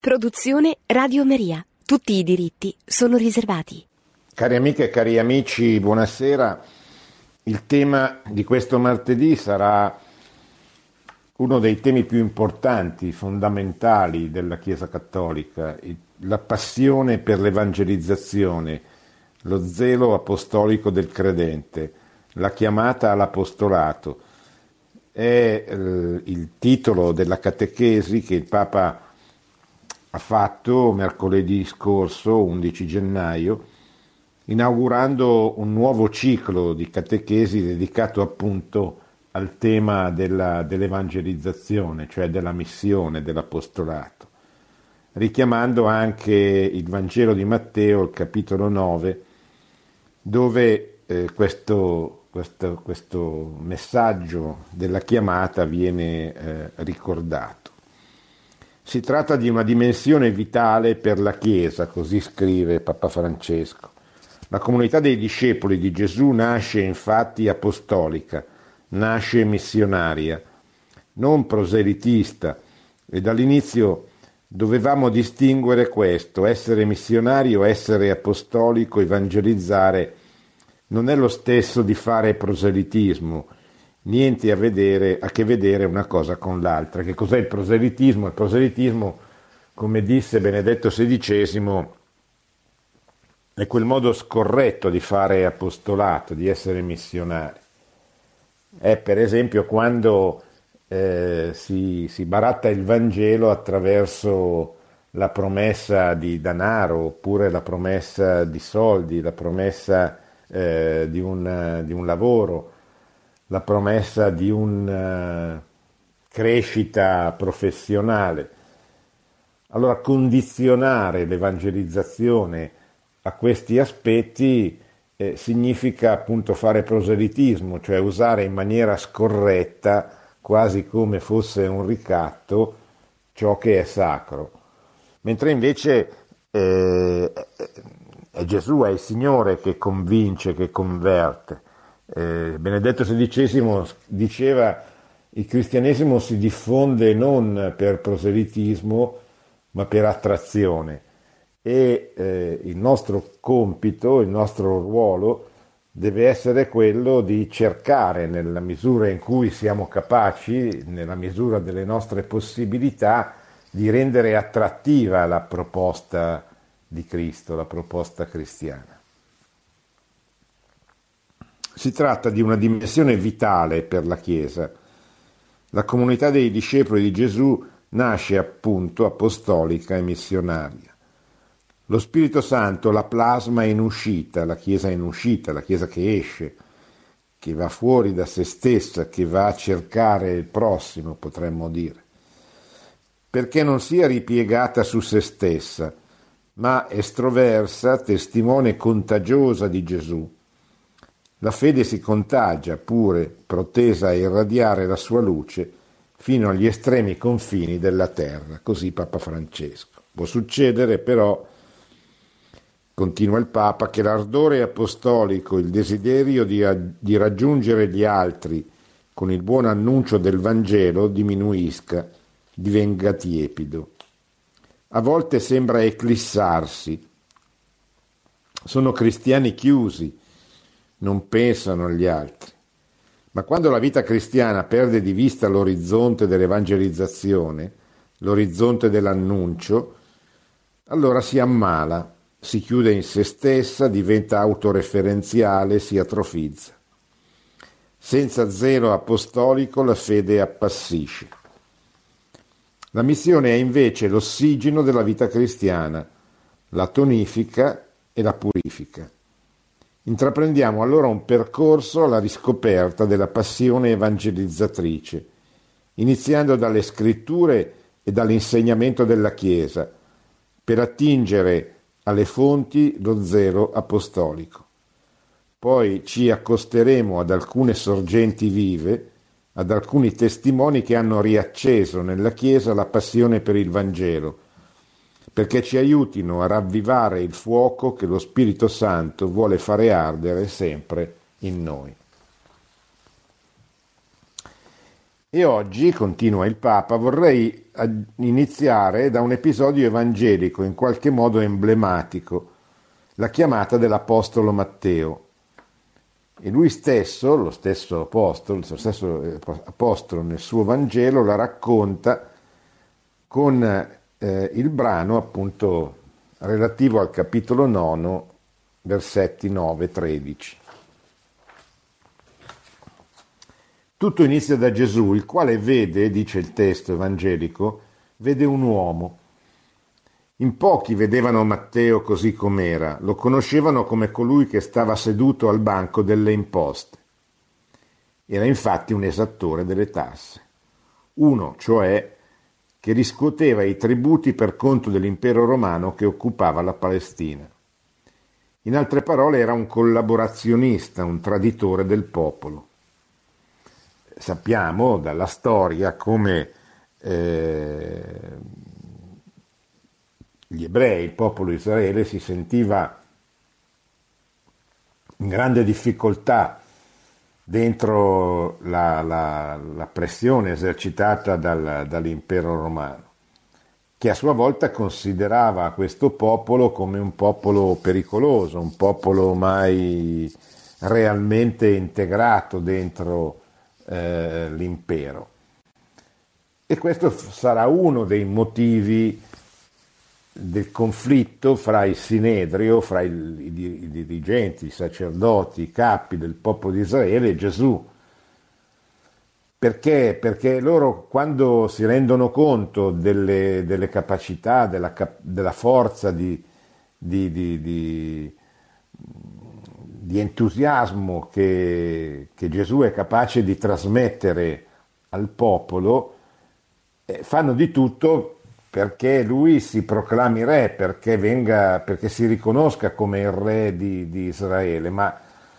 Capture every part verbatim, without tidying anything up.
Produzione Radio Maria. Tutti i diritti sono riservati. Cari amiche e cari amici, buonasera. Il tema di questo martedì sarà uno dei temi più importanti, fondamentali della Chiesa Cattolica, la passione per l'evangelizzazione, lo zelo apostolico del credente, la chiamata all'apostolato. È eh, il titolo della catechesi che il Papa ha fatto mercoledì scorso, undici gennaio, inaugurando un nuovo ciclo di catechesi dedicato appunto al tema della, dell'evangelizzazione, cioè della missione, dell'apostolato, richiamando anche il Vangelo di Matteo, il capitolo nove, dove eh, questo, questo, questo messaggio della chiamata viene eh, ricordato. Si tratta di una dimensione vitale per la Chiesa, così scrive Papa Francesco. La comunità dei discepoli di Gesù nasce infatti apostolica, nasce missionaria, non proselitista, e dall'inizio dovevamo distinguere questo: essere missionario, essere apostolico, evangelizzare non è lo stesso di fare proselitismo, niente a, vedere, a che vedere una cosa con l'altra. Che cos'è il proselitismo? Il proselitismo, come disse Benedetto sedicesimo, è quel modo scorretto di fare apostolato, di essere missionari. È per esempio quando eh, si, si baratta il Vangelo attraverso la promessa di denaro, oppure la promessa di soldi, la promessa eh, di, un, di un lavoro, la promessa di una crescita professionale. Allora, condizionare l'evangelizzazione a questi aspetti eh, significa appunto fare proselitismo, cioè usare in maniera scorretta, quasi come fosse un ricatto, ciò che è sacro. Mentre invece eh, è Gesù, è il Signore che convince, che converte. Eh, Benedetto sedicesimo diceva: il cristianesimo si diffonde non per proselitismo ma per attrazione, e eh, il nostro compito, il nostro ruolo deve essere quello di cercare, nella misura in cui siamo capaci, nella misura delle nostre possibilità, di rendere attrattiva la proposta di Cristo, la proposta cristiana. Si tratta di una dimensione vitale per la Chiesa. La comunità dei discepoli di Gesù nasce appunto apostolica e missionaria. Lo Spirito Santo la plasma in uscita, la Chiesa in uscita, la Chiesa che esce, che va fuori da se stessa, che va a cercare il prossimo, potremmo dire, perché non sia ripiegata su se stessa, ma estroversa, testimone contagiosa di Gesù. La fede si contagia pure, protesa a irradiare la sua luce fino agli estremi confini della terra, così Papa Francesco. Può succedere però, continua il Papa, che l'ardore apostolico, il desiderio di, di raggiungere gli altri con il buon annuncio del Vangelo diminuisca, divenga tiepido. A volte sembra eclissarsi. Sono cristiani chiusi, non pensano agli altri. Ma quando la vita cristiana perde di vista l'orizzonte dell'evangelizzazione, l'orizzonte dell'annuncio, allora si ammala, si chiude in se stessa, diventa autoreferenziale, si atrofizza. Senza zelo apostolico la fede appassisce. La missione è invece l'ossigeno della vita cristiana, la tonifica e la purifica. Intraprendiamo allora un percorso alla riscoperta della passione evangelizzatrice, iniziando dalle scritture e dall'insegnamento della Chiesa, per attingere alle fonti lo zelo apostolico. Poi ci accosteremo ad alcune sorgenti vive, ad alcuni testimoni che hanno riacceso nella Chiesa la passione per il Vangelo, perché ci aiutino a ravvivare il fuoco che lo Spirito Santo vuole fare ardere sempre in noi. E oggi, continua il Papa, vorrei iniziare da un episodio evangelico in qualche modo emblematico, la chiamata dell'Apostolo Matteo. E lui stesso, lo stesso apostolo, lo stesso apostolo nel suo Vangelo la racconta con eh, il brano appunto relativo al capitolo nono, versetti nove tredici. Tutto inizia da Gesù, il quale vede, dice il testo evangelico, vede un uomo. In pochi vedevano Matteo così com'era, lo conoscevano come colui che stava seduto al banco delle imposte. Era infatti un esattore delle tasse, uno, cioè, che riscuoteva i tributi per conto dell'impero romano che occupava la Palestina. In altre parole, era un collaborazionista, un traditore del popolo. Sappiamo dalla storia come eh, gli ebrei, il popolo di Israele, si sentiva in grande difficoltà dentro la, la, la pressione esercitata dal, dall'impero romano, che a sua volta considerava questo popolo come un popolo pericoloso, un popolo mai realmente integrato dentro eh, l'impero. E questo sarà uno dei motivi del conflitto fra il Sinedrio, fra il, i, i dirigenti, i sacerdoti, i capi del popolo di Israele e Gesù. Perché? Perché loro, quando si rendono conto delle, delle capacità, della, della forza di, di, di, di, di entusiasmo che, che Gesù è capace di trasmettere al popolo, eh, fanno di tutto perché lui si proclami re, perché, venga, perché si riconosca come il re di, di Israele, ma,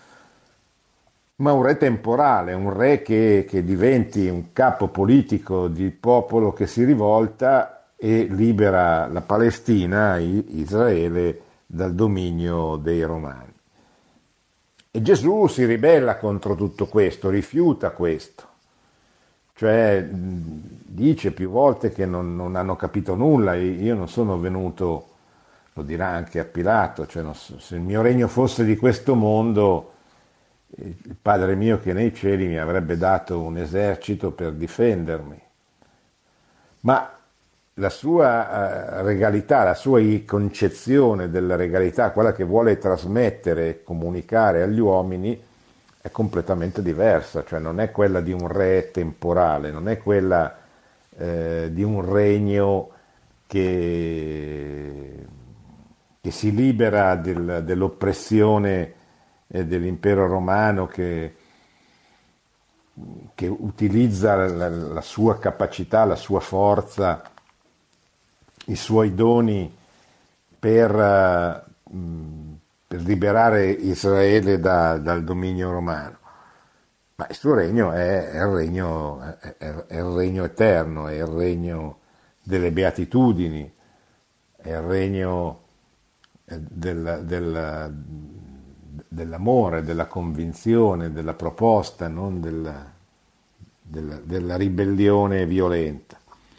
ma un re temporale, un re che, che diventi un capo politico di popolo che si rivolta e libera la Palestina, Israele, dal dominio dei Romani. E Gesù si ribella contro tutto questo, rifiuta questo. Cioè dice più volte che non, non hanno capito nulla, io non sono venuto, lo dirà anche a Pilato, cioè non so, se il mio regno fosse di questo mondo, il Padre mio che è nei cieli mi avrebbe dato un esercito per difendermi. Ma la sua uh, regalità, la sua concezione della regalità, quella che vuole trasmettere e comunicare agli uomini, è completamente diversa, cioè non è quella di un re temporale, non è quella eh, di un regno che, che si libera del, dell'oppressione eh, dell'impero romano, che, che utilizza la, la sua capacità, la sua forza, i suoi doni per, uh, per liberare Israele da, dal dominio romano. Ma il suo regno è, è, il regno, è, è il regno eterno, è il regno delle beatitudini, è il regno del, del, dell'amore, della convinzione, della proposta, non della, della, della ribellione violenta.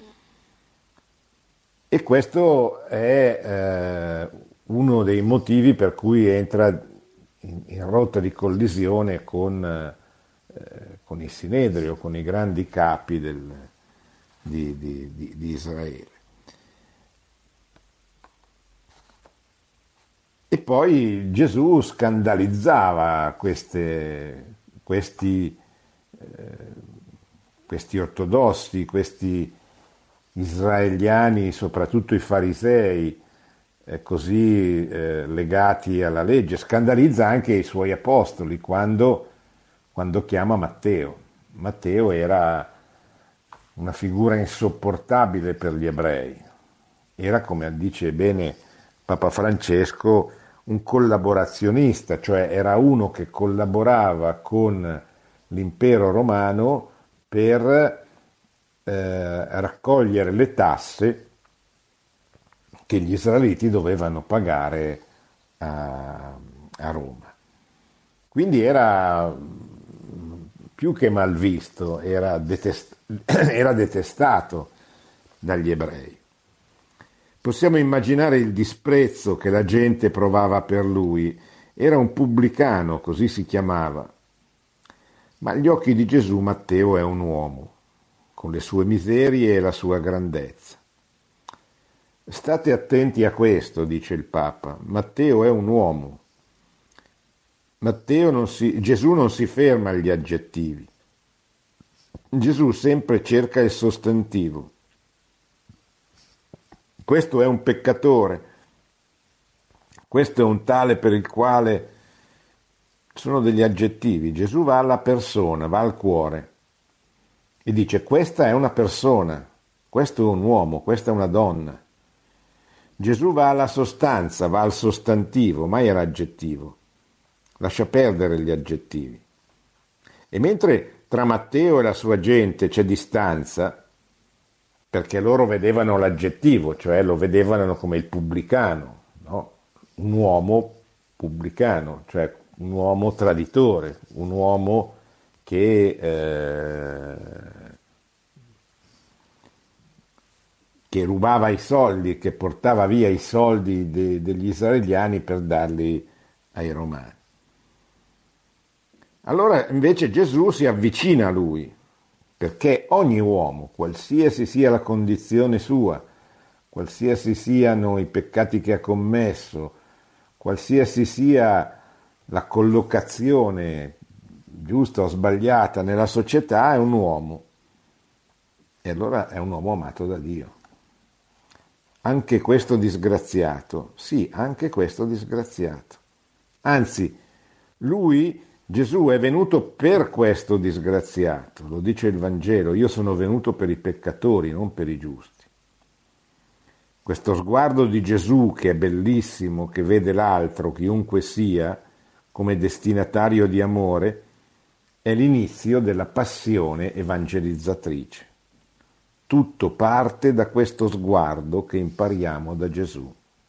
E questo è eh, uno dei motivi per cui entra in, in rotta di collisione con, eh, con il Sinedrio, con i grandi capi del, di, di, di, di Israele. E poi Gesù scandalizzava queste, questi, eh, questi ortodossi, questi israeliani, soprattutto i farisei, eh, così eh, legati alla legge. Scandalizza anche i suoi apostoli quando, quando chiama Matteo. Matteo era una figura insopportabile per gli ebrei. Era, come dice bene Papa Francesco, un collaborazionista, cioè era uno che collaborava con l'impero romano per Eh, raccogliere le tasse che gli israeliti dovevano pagare a, a Roma. Quindi era più che mal visto, era, detest- era detestato dagli ebrei. Possiamo immaginare il disprezzo che la gente provava per lui. Era un pubblicano, così si chiamava. Ma agli occhi di Gesù Matteo è un uomo, con le sue miserie e la sua grandezza. State attenti a questo, dice il Papa. Matteo è un uomo. Matteo non si, Gesù non si ferma agli aggettivi. Gesù sempre cerca il sostantivo. Questo è un peccatore. Questo è un tale per il quale sono degli aggettivi. Gesù va alla persona, va al cuore e dice: questa è una persona, questo è un uomo, questa è una donna. Gesù va alla sostanza, va al sostantivo, mai all'aggettivo. Lascia perdere gli aggettivi. E mentre tra Matteo e la sua gente c'è distanza, perché loro vedevano l'aggettivo, cioè lo vedevano come il pubblicano, no? Un uomo pubblicano, cioè un uomo traditore, un uomo che, eh, che rubava i soldi, che portava via i soldi de- degli israeliani per darli ai romani. Allora invece Gesù si avvicina a lui, perché ogni uomo, qualsiasi sia la condizione sua, qualsiasi siano i peccati che ha commesso, qualsiasi sia la collocazione giusta o sbagliata nella società, è un uomo. E allora è un uomo amato da Dio. Anche questo disgraziato, sì, anche questo disgraziato. Anzi, lui, Gesù, è venuto per questo disgraziato, lo dice il Vangelo: io sono venuto per i peccatori, non per i giusti. Questo sguardo di Gesù, che è bellissimo, che vede l'altro, chiunque sia, come destinatario di amore, è l'inizio della passione evangelizzatrice. Tutto parte da questo sguardo che impariamo da Gesù.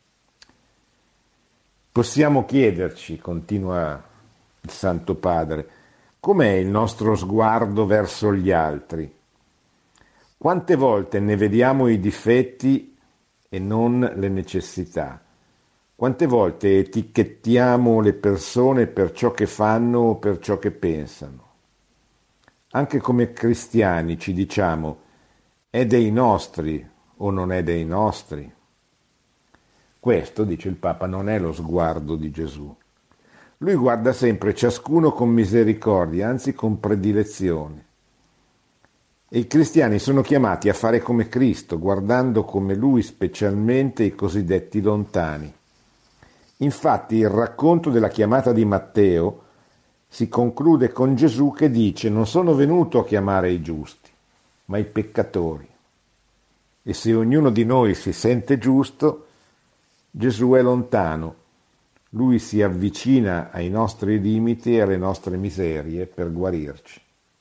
Possiamo chiederci, continua il Santo Padre, com'è il nostro sguardo verso gli altri? Quante volte ne vediamo i difetti e non le necessità? Quante volte etichettiamo le persone per ciò che fanno o per ciò che pensano? Anche come cristiani ci diciamo: è dei nostri o non è dei nostri? Questo, dice il Papa, non è lo sguardo di Gesù. Lui guarda sempre ciascuno con misericordia, anzi con predilezione. E i cristiani sono chiamati a fare come Cristo, guardando come Lui specialmente i cosiddetti lontani. Infatti il racconto della chiamata di Matteo si conclude con Gesù che dice: non sono venuto a chiamare i giusti, ma i peccatori. E se ognuno di noi si sente giusto, Gesù è lontano. Lui si avvicina ai nostri limiti e alle nostre miserie per guarirci.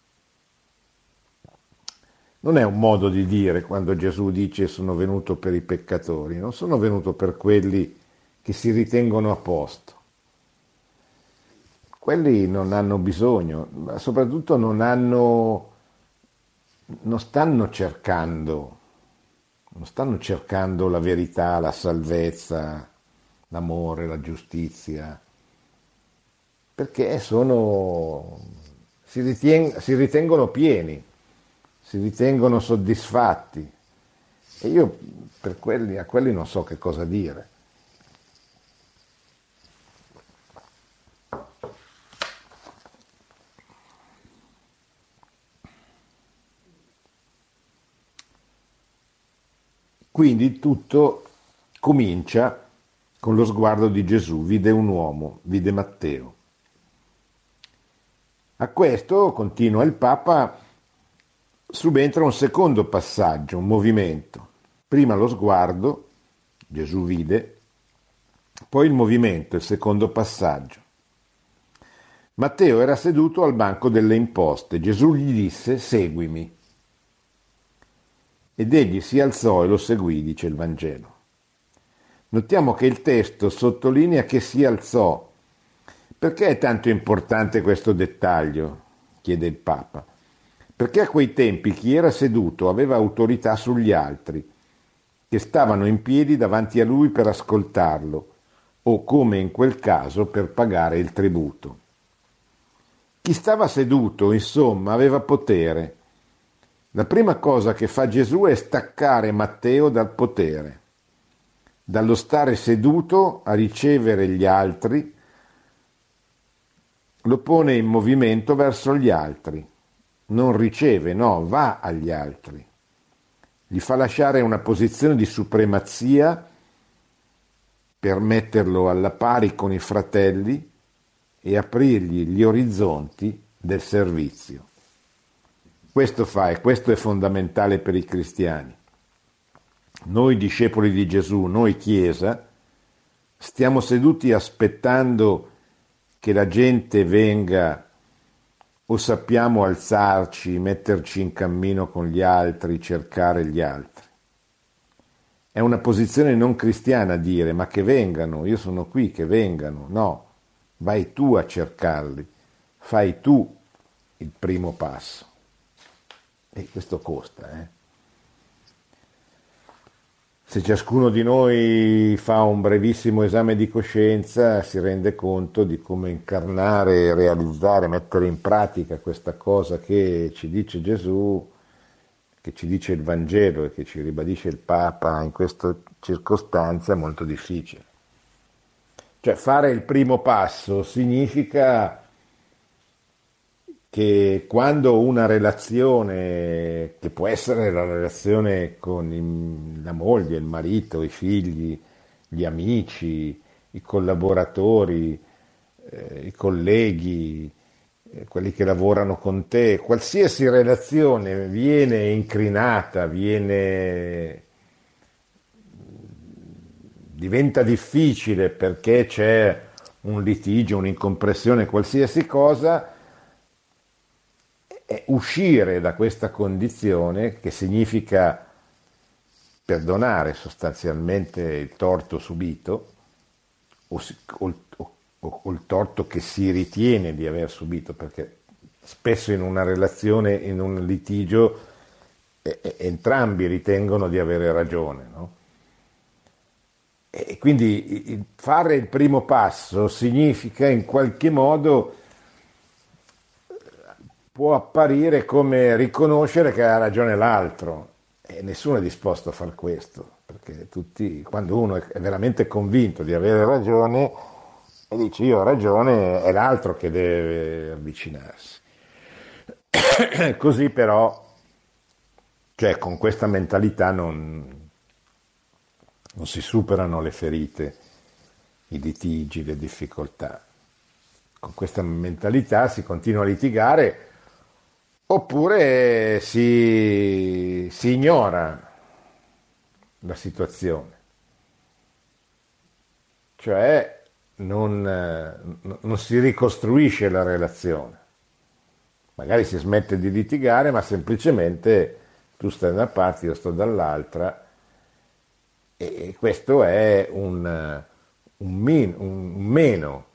Non è un modo di dire quando Gesù dice: sono venuto per i peccatori, non sono venuto per quelli che si ritengono a posto. Quelli non hanno bisogno, ma soprattutto non hanno, non stanno cercando, non stanno cercando la verità, la salvezza, l'amore, la giustizia, perché sono, si, riten- si ritengono pieni, si ritengono soddisfatti. E io per quelli, a quelli non so che cosa dire. Quindi tutto comincia con lo sguardo di Gesù. Vide un uomo, vide Matteo. A questo, continua il Papa, subentra un secondo passaggio, un movimento. Prima lo sguardo, Gesù vide, poi il movimento, il secondo passaggio. Matteo era seduto al banco delle imposte. Gesù gli disse: seguimi. Ed egli si alzò e lo seguì, dice il Vangelo. Notiamo che il testo sottolinea che si alzò. Perché è tanto importante questo dettaglio? chiede il Papa. Perché a quei tempi chi era seduto aveva autorità sugli altri, che stavano in piedi davanti a lui per ascoltarlo, o come in quel caso per pagare il tributo. Chi stava seduto, insomma, aveva potere. La prima cosa che fa Gesù è staccare Matteo dal potere, dallo stare seduto a ricevere gli altri, lo pone in movimento verso gli altri. Non riceve, no, va agli altri. Gli fa lasciare una posizione di supremazia per metterlo alla pari con i fratelli e aprirgli gli orizzonti del servizio. Questo fa e questo è fondamentale per i cristiani. Noi discepoli di Gesù, noi Chiesa, stiamo seduti aspettando che la gente venga o sappiamo alzarci, metterci in cammino con gli altri, cercare gli altri. È una posizione non cristiana dire ma che vengano, io sono qui, che vengano. No, vai tu a cercarli, fai tu il primo passo. E questo costa, eh. Se ciascuno di noi fa un brevissimo esame di coscienza si rende conto di come incarnare, realizzare, mettere in pratica questa cosa che ci dice Gesù, che ci dice il Vangelo e che ci ribadisce il Papa in questa circostanza è molto difficile. Cioè fare il primo passo significa che quando una relazione, che può essere la relazione con il, la moglie, il marito, i figli, gli amici, i collaboratori, eh, i colleghi, eh, quelli che lavorano con te, qualsiasi relazione viene incrinata, viene, diventa difficile perché c'è un litigio, un'incompressione, qualsiasi cosa, è uscire da questa condizione che significa perdonare sostanzialmente il torto subito o, o, o, o il torto che si ritiene di aver subito, perché spesso in una relazione, in un litigio, eh, eh, entrambi ritengono di avere ragione, no? E quindi il fare il primo passo significa in qualche modo, può apparire come riconoscere che ha ragione l'altro e nessuno è disposto a far questo, perché tutti, quando uno è veramente convinto di avere ragione e dice io ho ragione, è l'altro che deve avvicinarsi. Così però, cioè con questa mentalità non, non si superano le ferite, i litigi, le difficoltà. Con questa mentalità si continua a litigare oppure si, si ignora la situazione, cioè non, non si ricostruisce la relazione. Magari si smette di litigare, ma semplicemente tu stai da una parte, io sto dall'altra, e questo è un, un, min, un meno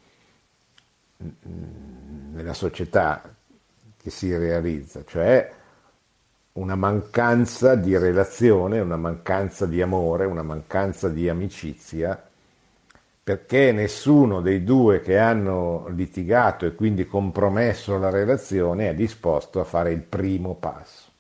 nella società che si realizza, cioè una mancanza di relazione, una mancanza di amore, una mancanza di amicizia, perché nessuno dei due che hanno litigato e quindi compromesso la relazione è disposto a fare il primo passo.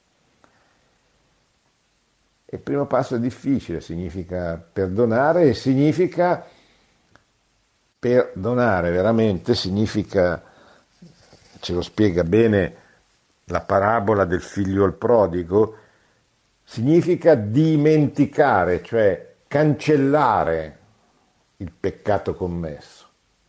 Il primo passo è difficile, significa perdonare e significa perdonare veramente, significa, ce lo spiega bene la parabola del figlio il prodigo, significa dimenticare, cioè cancellare il peccato commesso.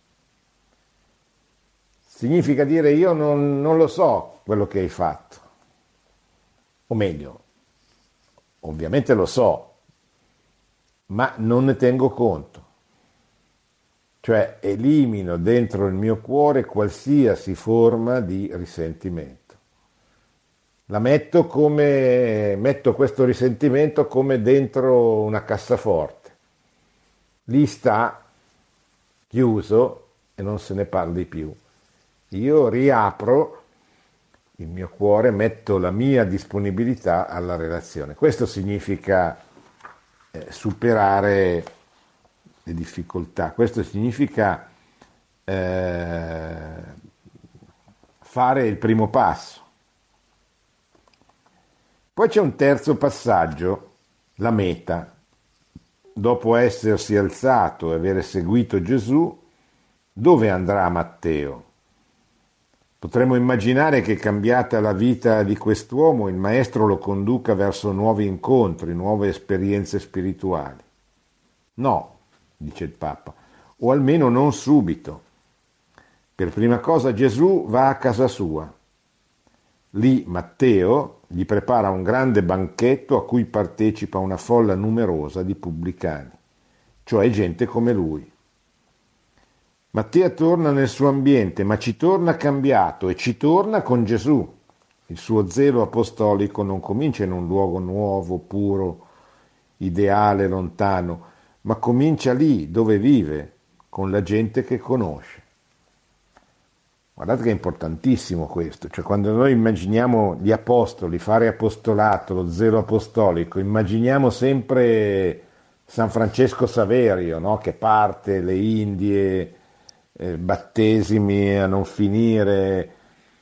Significa dire io non, non lo so quello che hai fatto, o meglio, ovviamente lo so, ma non ne tengo conto. Cioè elimino dentro il mio cuore qualsiasi forma di risentimento. La metto come, metto questo risentimento come dentro una cassaforte. Lì sta, chiuso, e non se ne parli più. Io riapro il mio cuore, metto la mia disponibilità alla relazione. Questo significa eh, superare le difficoltà, questo significa eh, fare il primo passo. Poi c'è un terzo passaggio, la meta. Dopo essersi alzato e aver seguito Gesù, dove andrà Matteo? Potremmo immaginare che, cambiata la vita di quest'uomo, il maestro lo conduca verso nuovi incontri, nuove esperienze spirituali. No, dice il Papa, o almeno non subito. Per prima cosa Gesù va a casa sua. Lì Matteo gli prepara un grande banchetto a cui partecipa una folla numerosa di pubblicani, cioè gente come lui. Matteo torna nel suo ambiente, ma ci torna cambiato e ci torna con Gesù. Il suo zelo apostolico non comincia in un luogo nuovo, puro, ideale, lontano, ma comincia lì dove vive, con la gente che conosce. Guardate che è importantissimo questo, cioè quando noi immaginiamo gli apostoli, fare apostolato, lo zelo apostolico, immaginiamo sempre San Francesco Saverio, no? Che parte, le Indie, eh, battesimi a non finire,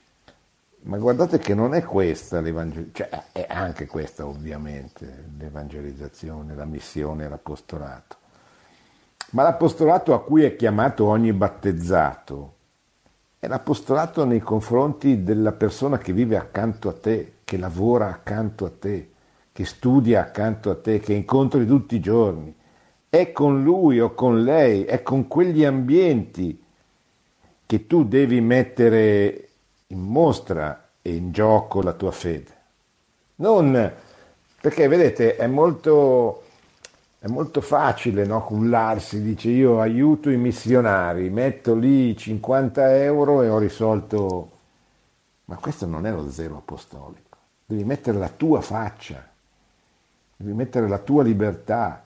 ma guardate che non è questa l'evangelizzazione, cioè è anche questa ovviamente l'evangelizzazione, la missione, l'apostolato, ma l'apostolato a cui è chiamato ogni battezzato è l'apostolato nei confronti della persona che vive accanto a te, che lavora accanto a te, che studia accanto a te, che incontri tutti i giorni. È con lui o con lei, è con quegli ambienti che tu devi mettere in mostra e in gioco la tua fede. Non perché, vedete, è molto, è molto facile, no, cullarsi, dice io aiuto i missionari, metto lì cinquanta euro e ho risolto. Ma questo non è lo zelo apostolico. Devi mettere la tua faccia, devi mettere la tua libertà,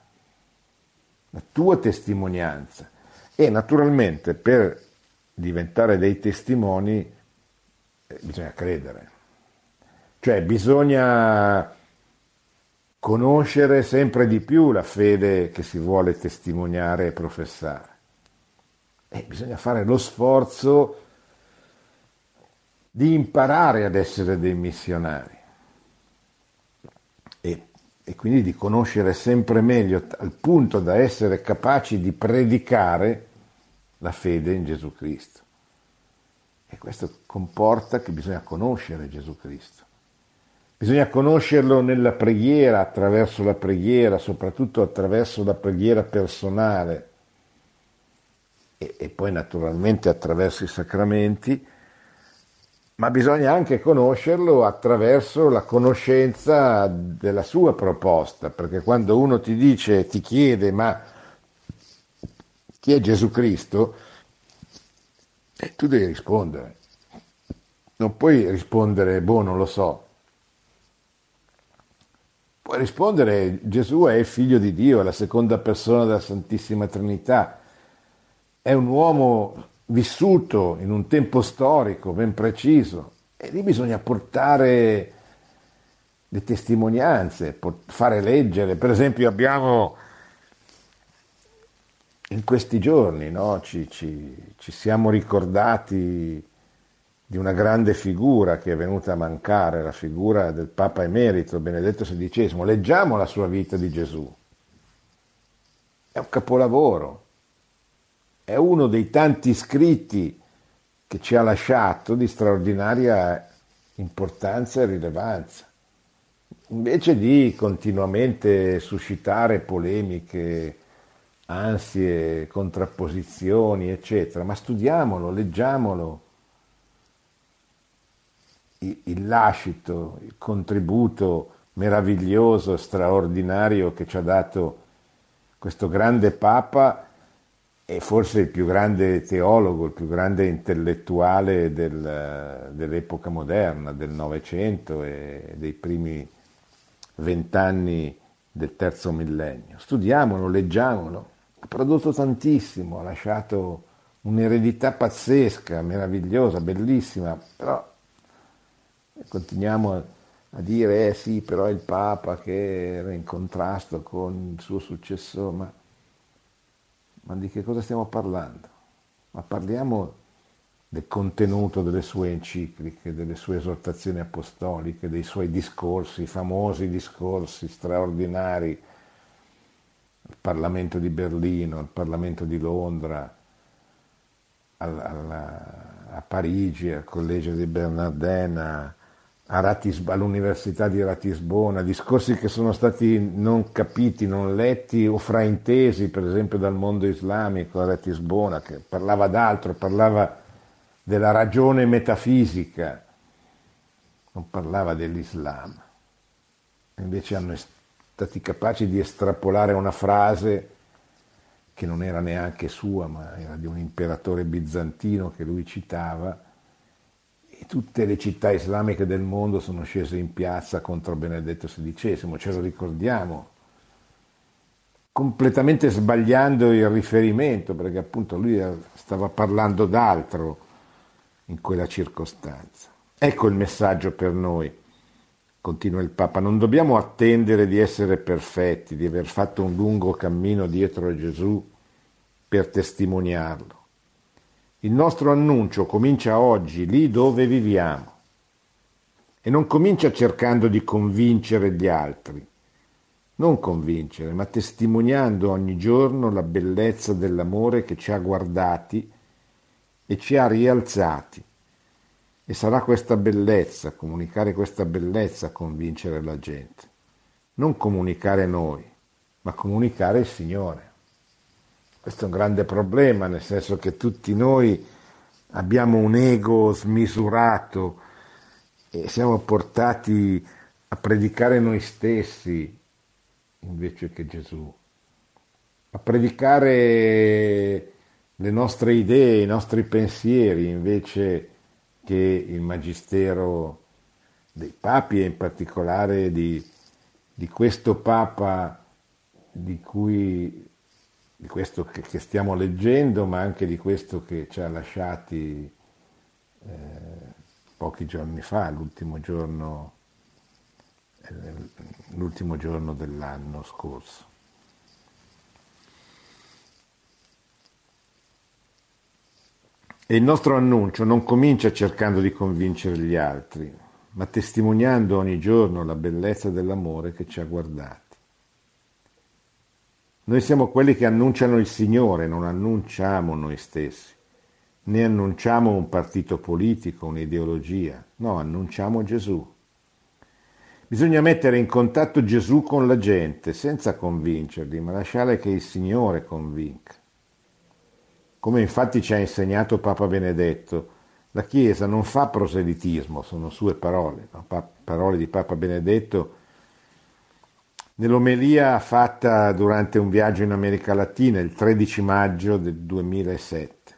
la tua testimonianza. E naturalmente per diventare dei testimoni eh, bisogna credere, cioè bisogna conoscere sempre di più la fede che si vuole testimoniare e professare, e bisogna fare lo sforzo di imparare ad essere dei missionari e, e quindi di conoscere sempre meglio al punto da essere capaci di predicare la fede in Gesù Cristo. E questo comporta che bisogna conoscere Gesù Cristo. Bisogna conoscerlo nella preghiera, attraverso la preghiera, soprattutto attraverso la preghiera personale e, e poi naturalmente attraverso i sacramenti, ma bisogna anche conoscerlo attraverso la conoscenza della sua proposta, perché quando uno ti dice, ti chiede, ma chi è Gesù Cristo? E tu devi rispondere. Non puoi rispondere, boh, non lo so. Puoi rispondere, Gesù è il figlio di Dio, è la seconda persona della Santissima Trinità. È un uomo vissuto in un tempo storico ben preciso. E lì bisogna portare le testimonianze, fare leggere. Per esempio abbiamo in questi giorni, no, ci, ci, ci siamo ricordati di una grande figura che è venuta a mancare, la figura del Papa Emerito Benedetto sedicesimo. Leggiamo la sua vita di Gesù. È un capolavoro, è uno dei tanti scritti che ci ha lasciato di straordinaria importanza e rilevanza. Invece di continuamente suscitare polemiche, ansie, contrapposizioni, eccetera, ma studiamolo, leggiamolo, il lascito, il contributo meraviglioso, straordinario che ci ha dato questo grande Papa e forse il più grande teologo, il più grande intellettuale del, dell'epoca moderna, del Novecento e dei primi vent'anni del terzo millennio. Studiamolo, leggiamolo. Ha prodotto tantissimo, ha lasciato un'eredità pazzesca, meravigliosa, bellissima, però E continuiamo a, a dire, eh sì, però è il Papa che era in contrasto con il suo successore, ma, ma di che cosa stiamo parlando? Ma parliamo del contenuto delle sue encicliche, delle sue esortazioni apostoliche, dei suoi discorsi, famosi discorsi straordinari al Parlamento di Berlino, al Parlamento di Londra, al- alla- a Parigi, al Collegio di Bernardena, a Ratis- all'Università di Ratisbona, discorsi che sono stati non capiti, non letti o fraintesi, per esempio dal mondo islamico a Ratisbona, che parlava d'altro, parlava della ragione metafisica, non parlava dell'Islam. Invece hanno est- stati capaci di estrapolare una frase che non era neanche sua, ma era di un imperatore bizantino che lui citava, e tutte le città islamiche del mondo sono scese in piazza contro Benedetto sedicesimo, ce lo ricordiamo, completamente sbagliando il riferimento, perché appunto lui stava parlando d'altro in quella circostanza. Ecco il messaggio per noi, continua il Papa, non dobbiamo attendere di essere perfetti, di aver fatto un lungo cammino dietro a Gesù per testimoniarlo. Il nostro annuncio comincia oggi, lì dove viviamo, e non comincia cercando di convincere gli altri, non convincere, ma testimoniando ogni giorno la bellezza dell'amore che ci ha guardati e ci ha rialzati. E sarà questa bellezza, comunicare questa bellezza, a convincere la gente. Non comunicare noi, ma comunicare il Signore. Questo è un grande problema, nel senso che tutti noi abbiamo un ego smisurato e siamo portati a predicare noi stessi invece che Gesù, a predicare le nostre idee, i nostri pensieri invece che il magistero dei papi e in particolare di, di questo Papa di cui di questo che, che stiamo leggendo, ma anche di questo che ci ha lasciati eh, pochi giorni fa, l'ultimo giorno, eh, l'ultimo giorno dell'anno scorso. E il nostro annuncio non comincia cercando di convincere gli altri, ma testimoniando ogni giorno la bellezza dell'amore che ci ha guardati. Noi siamo quelli che annunciano il Signore, non annunciamo noi stessi, né annunciamo un partito politico, un'ideologia, no, annunciamo Gesù. Bisogna mettere in contatto Gesù con la gente, senza convincerli, ma lasciare che il Signore convinca. Come infatti ci ha insegnato Papa Benedetto, la Chiesa non fa proselitismo, sono sue parole, no? Parole di Papa Benedetto nell'omelia fatta durante un viaggio in America Latina il tredici maggio del duemilasette.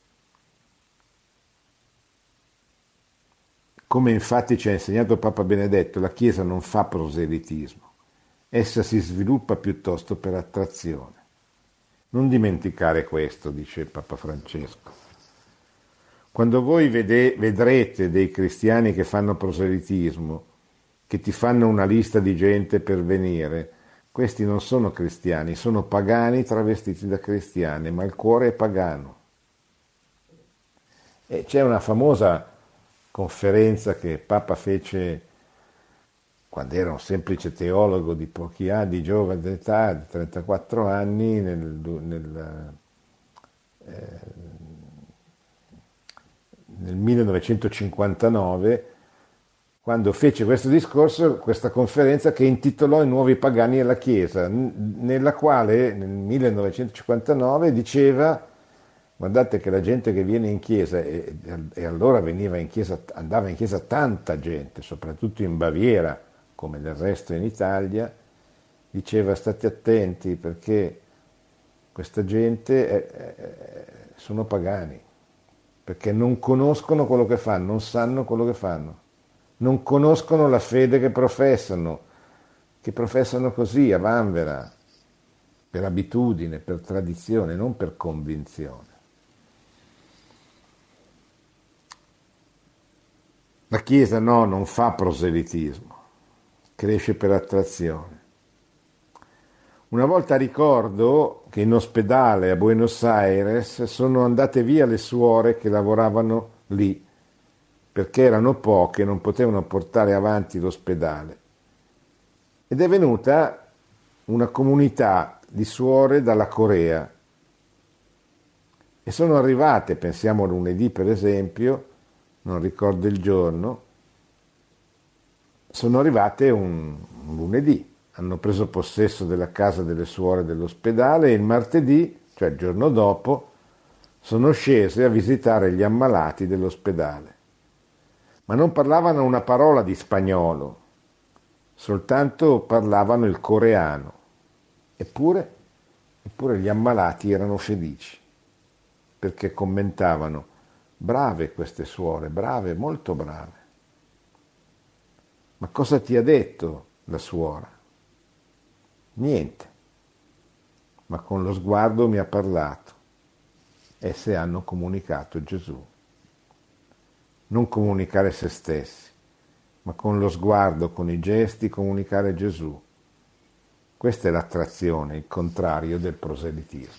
Come infatti ci ha insegnato Papa Benedetto, la Chiesa non fa proselitismo, essa si sviluppa piuttosto per attrazione. Non dimenticare questo, dice Papa Francesco. Quando voi vede, vedrete dei cristiani che fanno proselitismo, che ti fanno una lista di gente per venire, questi non sono cristiani, sono pagani travestiti da cristiani, ma il cuore è pagano. E c'è una famosa conferenza che Papa fece quando era un semplice teologo di pochi anni, di giovane età, di trentaquattro anni, nel, nel, eh, nel millenovecentocinquantanove, quando fece questo discorso, questa conferenza che intitolò I nuovi pagani e la Chiesa, nella quale nel millenovecentocinquantanove diceva: guardate che la gente che viene in chiesa, e, e allora veniva in chiesa, andava in chiesa tanta gente, soprattutto in Baviera, come del resto in Italia, diceva state attenti perché questa gente è, è, sono pagani, perché non conoscono quello che fanno, non sanno quello che fanno, non conoscono la fede che professano, che professano così, a vanvera, per abitudine, per tradizione, non per convinzione. La Chiesa no, non fa proselitismo, cresce per attrazione. Una volta ricordo che in ospedale a Buenos Aires sono andate via le suore che lavoravano lì, perché erano poche e non potevano portare avanti l'ospedale. Ed è venuta una comunità di suore dalla Corea e sono arrivate, pensiamo a lunedì per esempio, non ricordo il giorno, sono arrivate un, un lunedì, hanno preso possesso della casa delle suore dell'ospedale e il martedì, cioè il giorno dopo, sono scese a visitare gli ammalati dell'ospedale. Ma non parlavano una parola di spagnolo, soltanto parlavano il coreano. Eppure, eppure gli ammalati erano felici, perché commentavano: brave queste suore, brave, molto brave. Ma cosa ti ha detto la suora? Niente, ma con lo sguardo mi ha parlato. Esse hanno comunicato Gesù. Non comunicare se stessi, ma con lo sguardo, con i gesti, comunicare Gesù. Questa è l'attrazione, il contrario del proselitismo.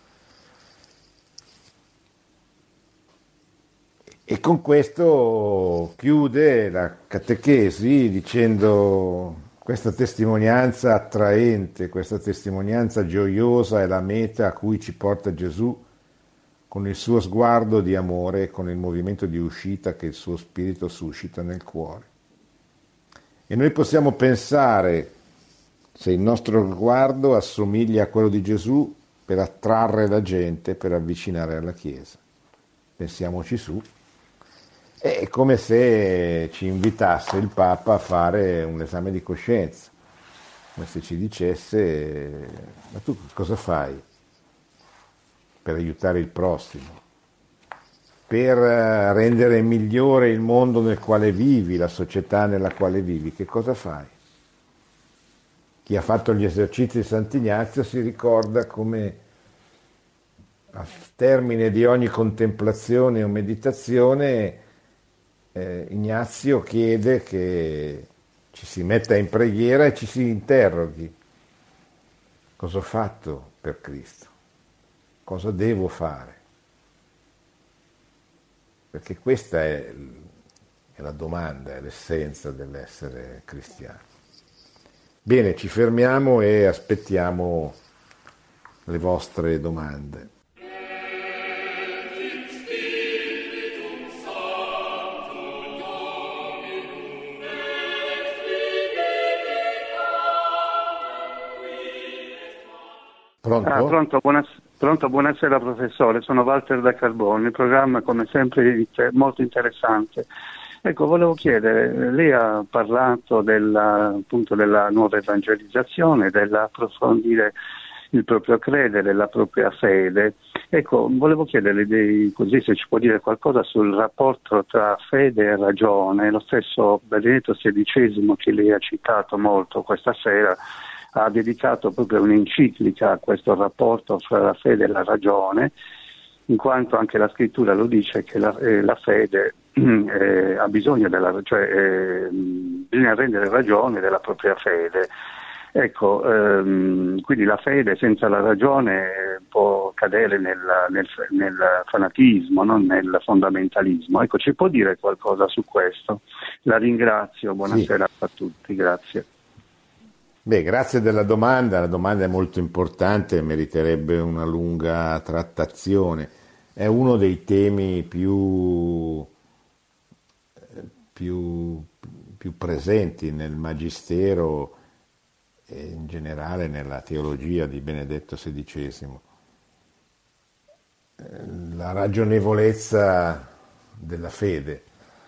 E con questo chiude la catechesi dicendo: questa testimonianza attraente, questa testimonianza gioiosa è la meta a cui ci porta Gesù con il suo sguardo di amore e con il movimento di uscita che il suo spirito suscita nel cuore. E noi possiamo pensare se il nostro sguardo assomiglia a quello di Gesù per attrarre la gente, per avvicinare alla Chiesa. Pensiamoci su. È come se ci invitasse il Papa a fare un esame di coscienza, come se ci dicesse: ma tu cosa fai per aiutare il prossimo, per rendere migliore il mondo nel quale vivi, la società nella quale vivi? Che cosa fai? Chi ha fatto gli esercizi di Sant'Ignazio si ricorda come al termine di ogni contemplazione o meditazione Eh, Ignazio chiede che ci si metta in preghiera e ci si interroghi: cosa ho fatto per Cristo? Cosa devo fare? Perché questa è, è la domanda, è l'essenza dell'essere cristiano. Bene, ci fermiamo e aspettiamo le vostre domande. Pronto? Ah, pronto, buonas- pronto, buonasera professore, sono Walter da Carbone, il programma come sempre è molto interessante. Ecco, volevo chiedere, lei ha parlato della, appunto della nuova evangelizzazione, dell'approfondire il proprio credere, la propria fede. Ecco, volevo chiederle dei, così se ci può dire qualcosa sul rapporto tra fede e ragione. Lo stesso Benedetto sedicesimo, che lei ha citato molto questa sera, ha dedicato proprio un'enciclica a questo rapporto fra la fede e la ragione, in quanto anche la scrittura lo dice che la, eh, la fede eh, ha bisogno della, cioè eh, bisogna rendere ragione della propria fede. Ecco, ehm, quindi la fede senza la ragione può cadere nel, nel, nel fanatismo, non nel fondamentalismo. Ecco, ci può dire qualcosa su questo? La ringrazio, buonasera sì. A tutti, grazie. Beh, grazie della domanda, la domanda è molto importante, meriterebbe una lunga trattazione. È uno dei temi più, più, più presenti nel Magistero e in generale nella teologia di Benedetto sedicesimo. La ragionevolezza della fede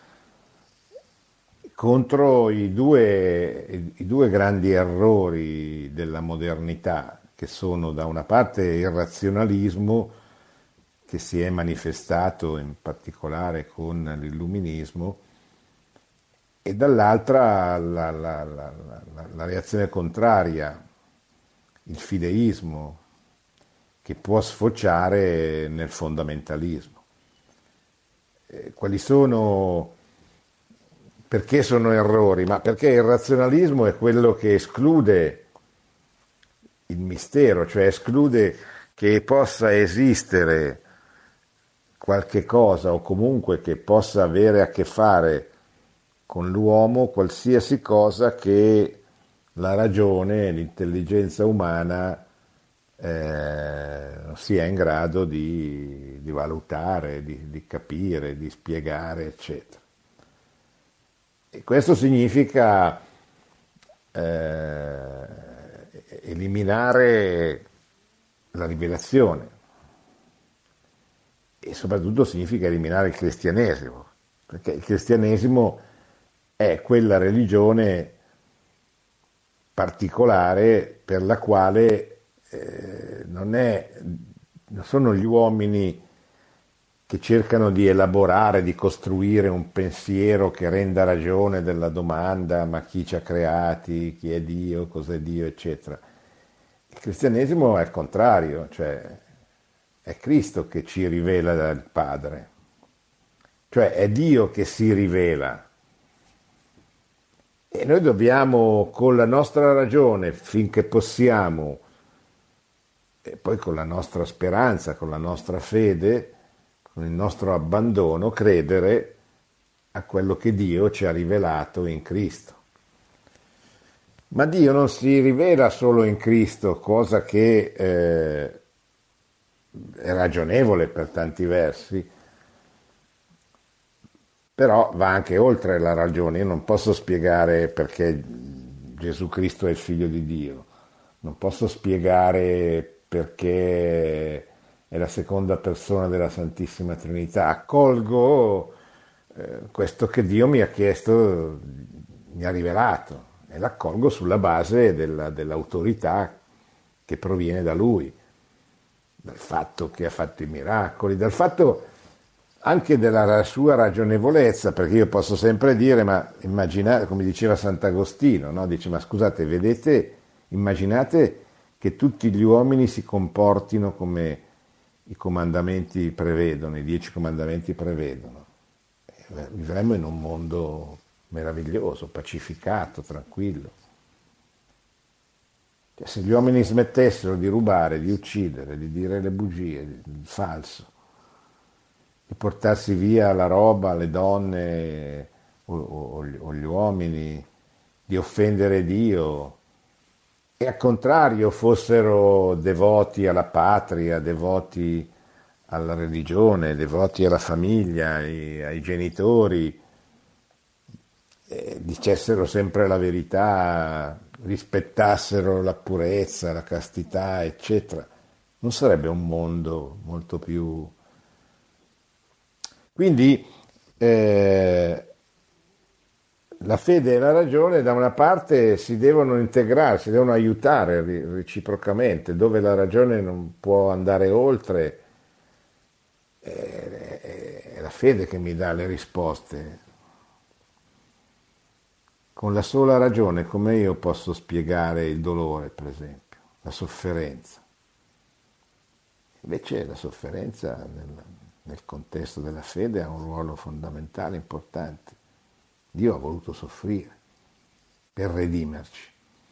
contro i due, i due grandi errori della modernità, che sono da una parte il razionalismo, che si è manifestato in particolare con l'illuminismo, e dall'altra la, la, la, la, la reazione contraria, il fideismo, che può sfociare nel fondamentalismo. Eh, quali sono perché sono errori? Ma perché il razionalismo è quello che esclude il mistero, cioè esclude che possa esistere qualche cosa o comunque che possa avere a che fare con l'uomo qualsiasi cosa che la ragione, l'intelligenza umana eh, non sia in grado di, di valutare, di, di capire, di spiegare, eccetera. E questo significa eh, eliminare la rivelazione e soprattutto significa eliminare il cristianesimo, perché il cristianesimo è quella religione particolare per la quale eh, non, è, non sono gli uomini che cercano di elaborare, di costruire un pensiero che renda ragione della domanda ma chi ci ha creati, chi è Dio, cos'è Dio, eccetera. Il cristianesimo è il contrario, cioè è Cristo che ci rivela dal Padre, cioè è Dio che si rivela. E noi dobbiamo, con la nostra ragione, finché possiamo, e poi con la nostra speranza, con la nostra fede, con il nostro abbandono, credere a quello che Dio ci ha rivelato in Cristo. Ma Dio non si rivela solo in Cristo, cosa che eh, è ragionevole per tanti versi, però va anche oltre la ragione. Io non posso spiegare perché Gesù Cristo è il figlio di Dio, non posso spiegare perché è la seconda persona della Santissima Trinità. Accolgo eh, questo che Dio mi ha chiesto, mi ha rivelato, e l'accolgo sulla base della, dell'autorità che proviene da Lui, dal fatto che ha fatto i miracoli, dal fatto anche della sua ragionevolezza, perché io posso sempre dire, ma immaginate, come diceva Sant'Agostino, no? Dice, ma scusate, vedete, immaginate che tutti gli uomini si comportino come i comandamenti prevedono, i dieci comandamenti prevedono. Vivremmo in un mondo meraviglioso, pacificato, tranquillo. Cioè, se gli uomini smettessero di rubare, di uccidere, di dire le bugie, il falso, di portarsi via la roba, le donne o, o, o gli uomini, di offendere Dio, e al contrario fossero devoti alla patria, devoti alla religione, devoti alla famiglia, ai, ai genitori, eh, dicessero sempre la verità, rispettassero la purezza, la castità, eccetera, non sarebbe un mondo molto più... Quindi eh, la fede e la ragione da una parte si devono integrare, si devono aiutare reciprocamente, dove la ragione non può andare oltre, è la fede che mi dà le risposte. Con la sola ragione come io posso spiegare il dolore, per esempio, la sofferenza. Invece la sofferenza nel, nel contesto della fede ha un ruolo fondamentale, importante. Dio ha voluto soffrire per redimerci.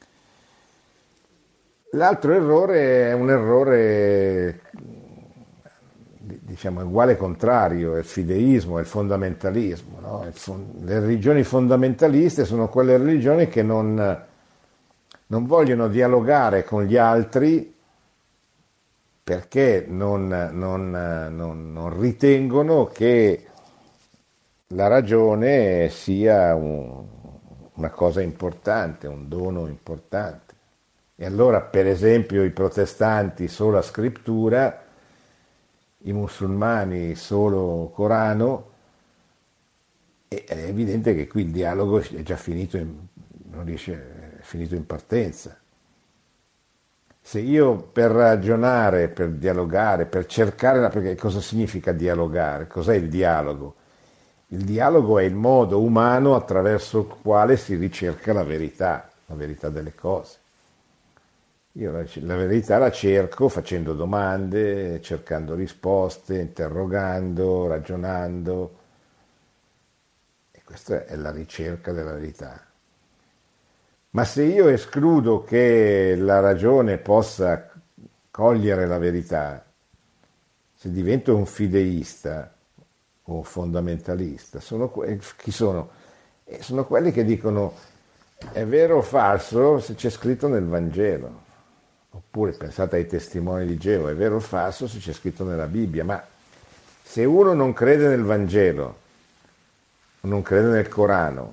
L'altro errore è un errore, diciamo, uguale contrario, è il fideismo, è il fondamentalismo. No? Le religioni fondamentaliste sono quelle religioni che non, non vogliono dialogare con gli altri perché non, non, non, non ritengono che la ragione sia un, una cosa importante, un dono importante. E allora, per esempio, i protestanti solo a scrittura, i musulmani solo Corano, e è evidente che qui il dialogo è già finito in, non riesce, è finito in partenza. Se io per ragionare, per dialogare, per cercare, perché cosa significa dialogare? Cos'è il dialogo? Il dialogo è il modo umano attraverso il quale si ricerca la verità, la verità delle cose. Io la, la verità la cerco facendo domande, cercando risposte, interrogando, ragionando. questa è la ricerca della verità. Ma se io escludo che la ragione possa cogliere la verità, se divento un fideista o un fondamentalista, sono, chi sono? Eh, sono quelli che dicono è vero o falso se c'è scritto nel Vangelo. Oppure pensate ai testimoni di Geova, è vero o falso se c'è scritto nella Bibbia. Ma se uno non crede nel Vangelo, non crede nel Corano,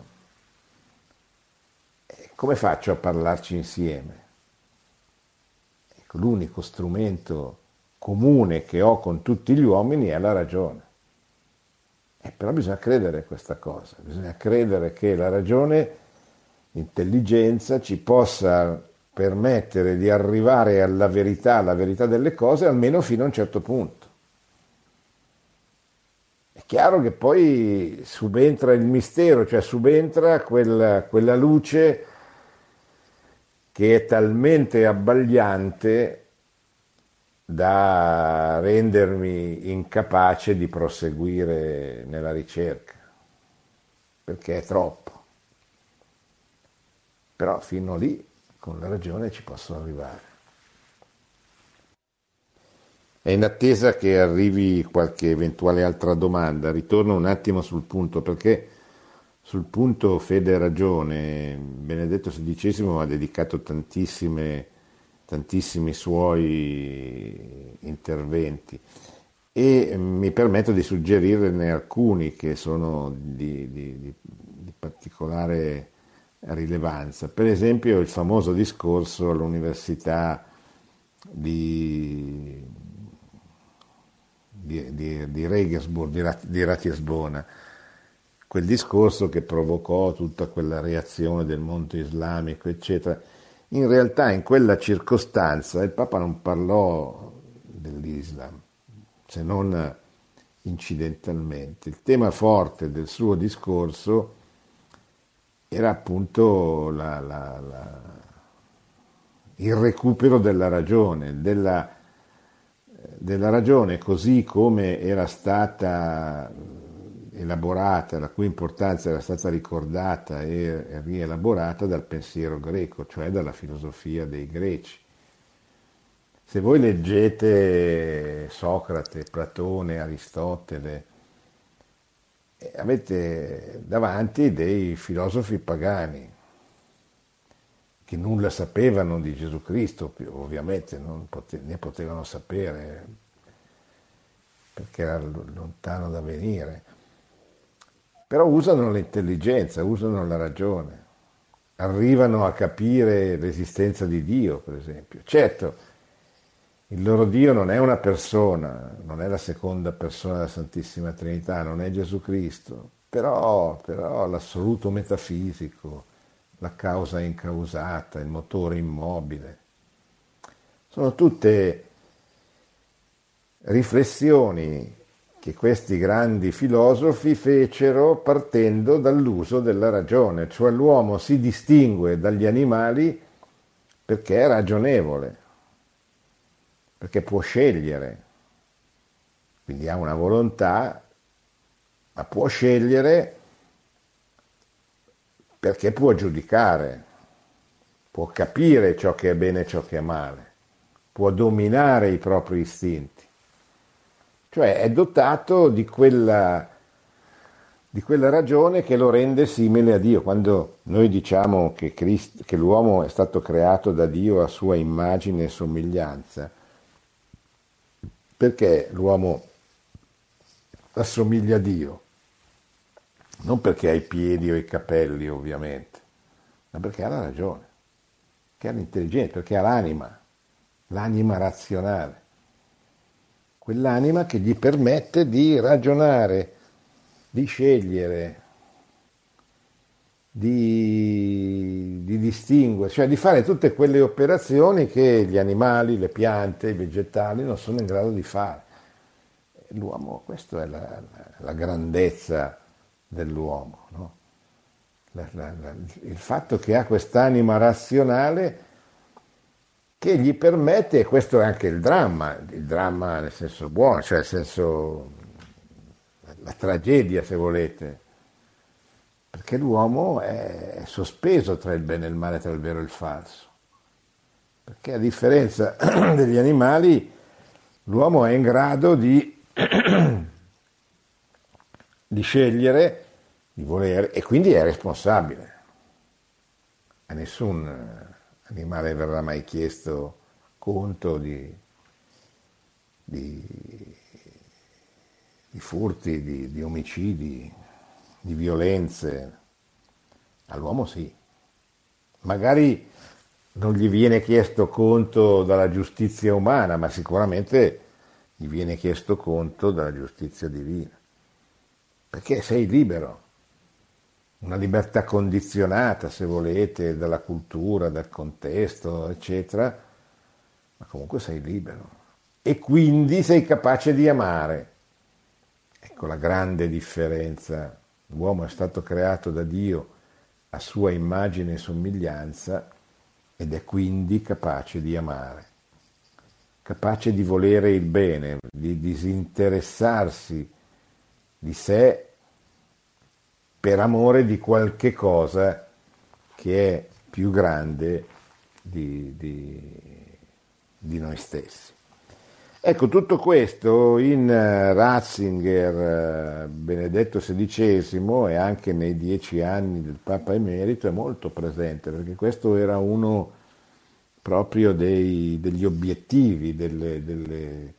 come faccio a parlarci insieme? Ecco, l'unico strumento comune che ho con tutti gli uomini è la ragione. Eh, però bisogna credere a questa cosa, bisogna credere che la ragione, l'intelligenza ci possa permettere di arrivare alla verità, alla verità delle cose, almeno fino a un certo punto. È chiaro che poi subentra il mistero, cioè subentra quella, quella luce che è talmente abbagliante da rendermi incapace di proseguire nella ricerca, perché è troppo. Però fino lì, con la ragione, ci posso arrivare. E in attesa che arrivi qualche eventuale altra domanda, ritorno un attimo sul punto, perché sul punto fede e ragione Benedetto sedicesimo ha dedicato tantissime, tantissimi suoi interventi e mi permetto di suggerirne alcuni che sono di, di, di, di particolare rilevanza. Per esempio il famoso discorso all'università di, di, di, di Regensburg, di, Rat, di Ratisbona, quel discorso che provocò tutta quella reazione del mondo islamico, eccetera. In realtà in quella circostanza il Papa non parlò dell'Islam, se non incidentalmente. Il tema forte del suo discorso era appunto la, la, la, il recupero della ragione, della, della ragione così come era stata elaborata, la cui importanza era stata ricordata e rielaborata dal pensiero greco, cioè dalla filosofia dei greci. Se voi leggete Socrate, Platone, Aristotele, avete davanti dei filosofi pagani che nulla sapevano di Gesù Cristo, ovviamente non pote- ne potevano sapere perché era lontano da venire, però usano l'intelligenza, usano la ragione, arrivano a capire l'esistenza di Dio, per esempio. Certo, il loro Dio non è una persona, non è la seconda persona della Santissima Trinità, non è Gesù Cristo, però, però l'assoluto metafisico, la causa incausata, il motore immobile, sono tutte riflessioni che questi grandi filosofi fecero partendo dall'uso della ragione, cioè l'uomo si distingue dagli animali perché è ragionevole, perché può scegliere, quindi ha una volontà, ma può scegliere perché può giudicare, può capire ciò che è bene e ciò che è male, può dominare i propri istinti, cioè è dotato di quella, di quella ragione che lo rende simile a Dio. Quando noi diciamo che, Cristo, che l'uomo è stato creato da Dio a sua immagine e somiglianza, perché l'uomo assomiglia a Dio? Non perché ha i piedi o i capelli, ovviamente, ma perché ha la ragione, perché ha l'intelligenza, perché ha l'anima, l'anima razionale, quell'anima che gli permette di ragionare, di scegliere, di, di distinguere, cioè di fare tutte quelle operazioni che gli animali, le piante, i vegetali non sono in grado di fare. L'uomo, questa è la, la, la grandezza dell'uomo, no? la, la, la, il fatto che ha quest'anima razionale che gli permette, e questo è anche il dramma, il dramma nel senso buono, cioè nel senso, la tragedia se volete, perché l'uomo è sospeso tra il bene e il male, tra il vero e il falso. Perché a differenza degli animali, l'uomo è in grado di, di scegliere, di volere, e quindi è responsabile. A nessun animale verrà mai chiesto conto di, di, di furti, di, di omicidi, di violenze. All'uomo sì. Magari non gli viene chiesto conto dalla giustizia umana, ma sicuramente gli viene chiesto conto dalla giustizia divina. Perché sei libero. Una libertà condizionata, se volete, dalla cultura, dal contesto, eccetera, ma comunque sei libero. E quindi sei capace di amare. Ecco la grande differenza. L'uomo è stato creato da Dio a sua immagine e somiglianza ed è quindi capace di amare, capace di volere il bene, di disinteressarsi di sé per amore di qualche cosa che è più grande di, di, di noi stessi. Ecco, tutto questo in Ratzinger, Benedetto sedicesimo, e anche nei dieci anni del Papa Emerito è molto presente, perché questo era uno proprio dei, degli obiettivi, delle, delle,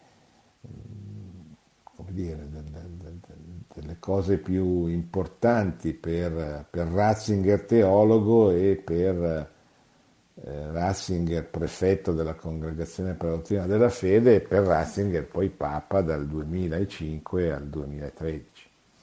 come dire, delle, delle cose più importanti per, per Ratzinger teologo e per eh, Ratzinger prefetto della Congregazione per la Dottrina della Fede e per Ratzinger poi Papa dal duemilacinque al duemilatredici.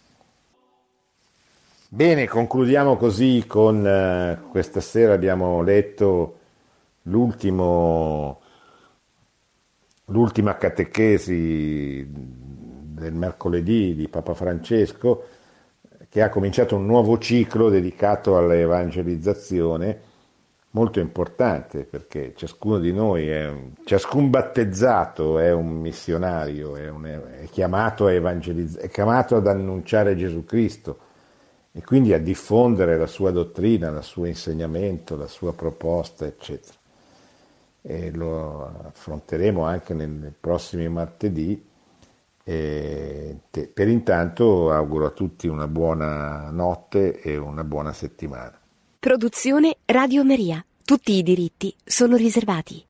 Bene, concludiamo così con eh, questa sera abbiamo letto l'ultimo, l'ultima catechesi del mercoledì di Papa Francesco, che ha cominciato un nuovo ciclo dedicato all'evangelizzazione, molto importante, perché ciascuno di noi, è un, ciascun battezzato è un missionario, è, un, è, chiamato a evangelizzare, è chiamato ad annunciare Gesù Cristo e quindi a diffondere la sua dottrina, il suo insegnamento, la sua proposta, eccetera. E lo affronteremo anche nei prossimi martedì. E te, per intanto auguro a tutti una buona notte e una buona settimana. Produzione Radio Maria. Tutti i diritti sono riservati.